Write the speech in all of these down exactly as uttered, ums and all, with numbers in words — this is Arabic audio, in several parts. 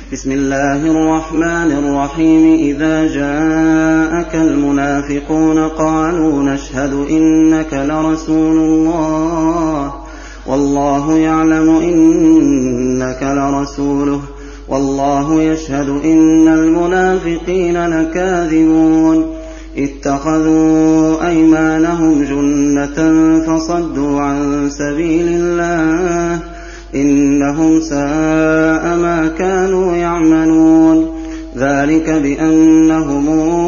بسم الله الرحمن الرحيم إذا جاءك المنافقون قالوا نشهد إنك لرسول الله والله يعلم إنك لرسوله والله يشهد إن المنافقين لكاذبون اتخذوا أيمانهم جنة فصدوا عن سبيل الله إنهم ساء ما كانوا يعملون ذلك بأنهم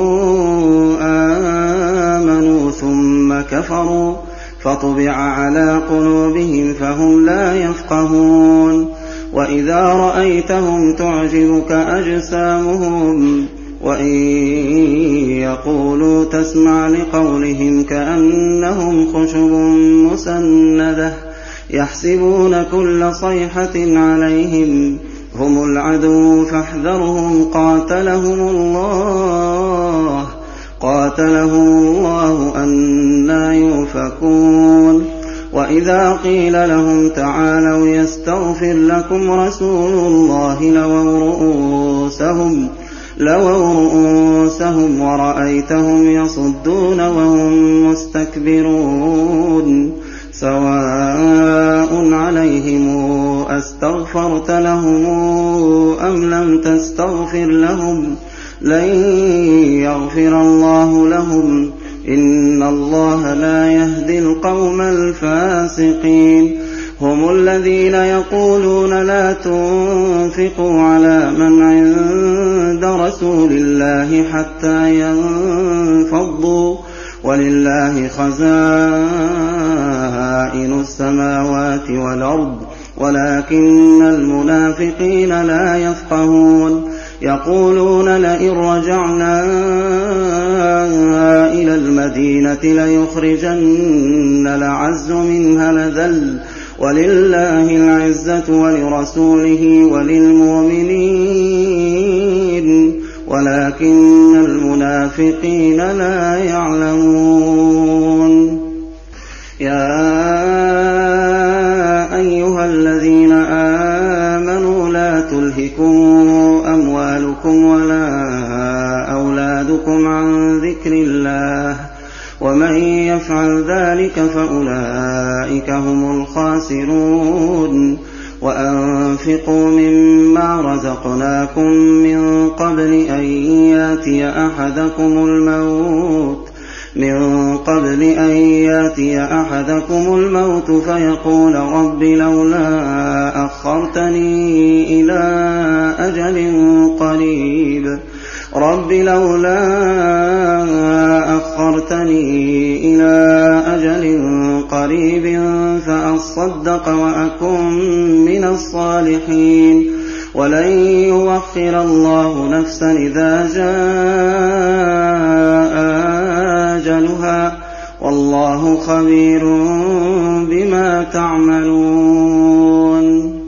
آمنوا ثم كفروا فطبع على قلوبهم فهم لا يفقهون وإذا رأيتهم تعجبك أجسامهم وإن يقولوا تسمع لقولهم كأنهم خشب مسندة يحسبون كل صيحة عليهم هم العدو فاحذرهم قاتلهم الله قاتلهم الله أنى يؤفكون وإذا قيل لهم تعالوا يستغفر لكم رسول الله لووا رؤوسهم لووا رؤوسهم ورأيتهم يصدون وهم مستكبرون سواء عليهم أستغفرت لهم أم لم تستغفر لهم لن يغفر الله لهم إن الله لا يهدي القوم الفاسقين هم الذين يقولون لا تنفقوا على من عند رسول الله حتى ينفضوا ولله خزائن السماوات والأرض ولكن المنافقين لا يفقهون يقولون لئن رجعنا إلى المدينة ليخرجن الأعز منها الأذل ولله العزة ولرسوله وللمؤمنين ولكن المنافقين لا يعلمون يا أيها الذين آمنوا لا تلهكم أموالكم ولا أولادكم عن ذكر الله ومن يفعل ذلك فأولئك هم الخاسرون وأنفقوا مما رزقناكم من قبل أن ياتي أحدكم الموت من قبل أن ياتي أحدكم الموت فيقول رب لولا أخرتني إلى أجل قريب رب لولا أخرتني إلى أجل قريب فأصدق وأكن من الصالحين ولن يؤخر الله نفسا إذا جاء أجلها والله خبير بما تعملون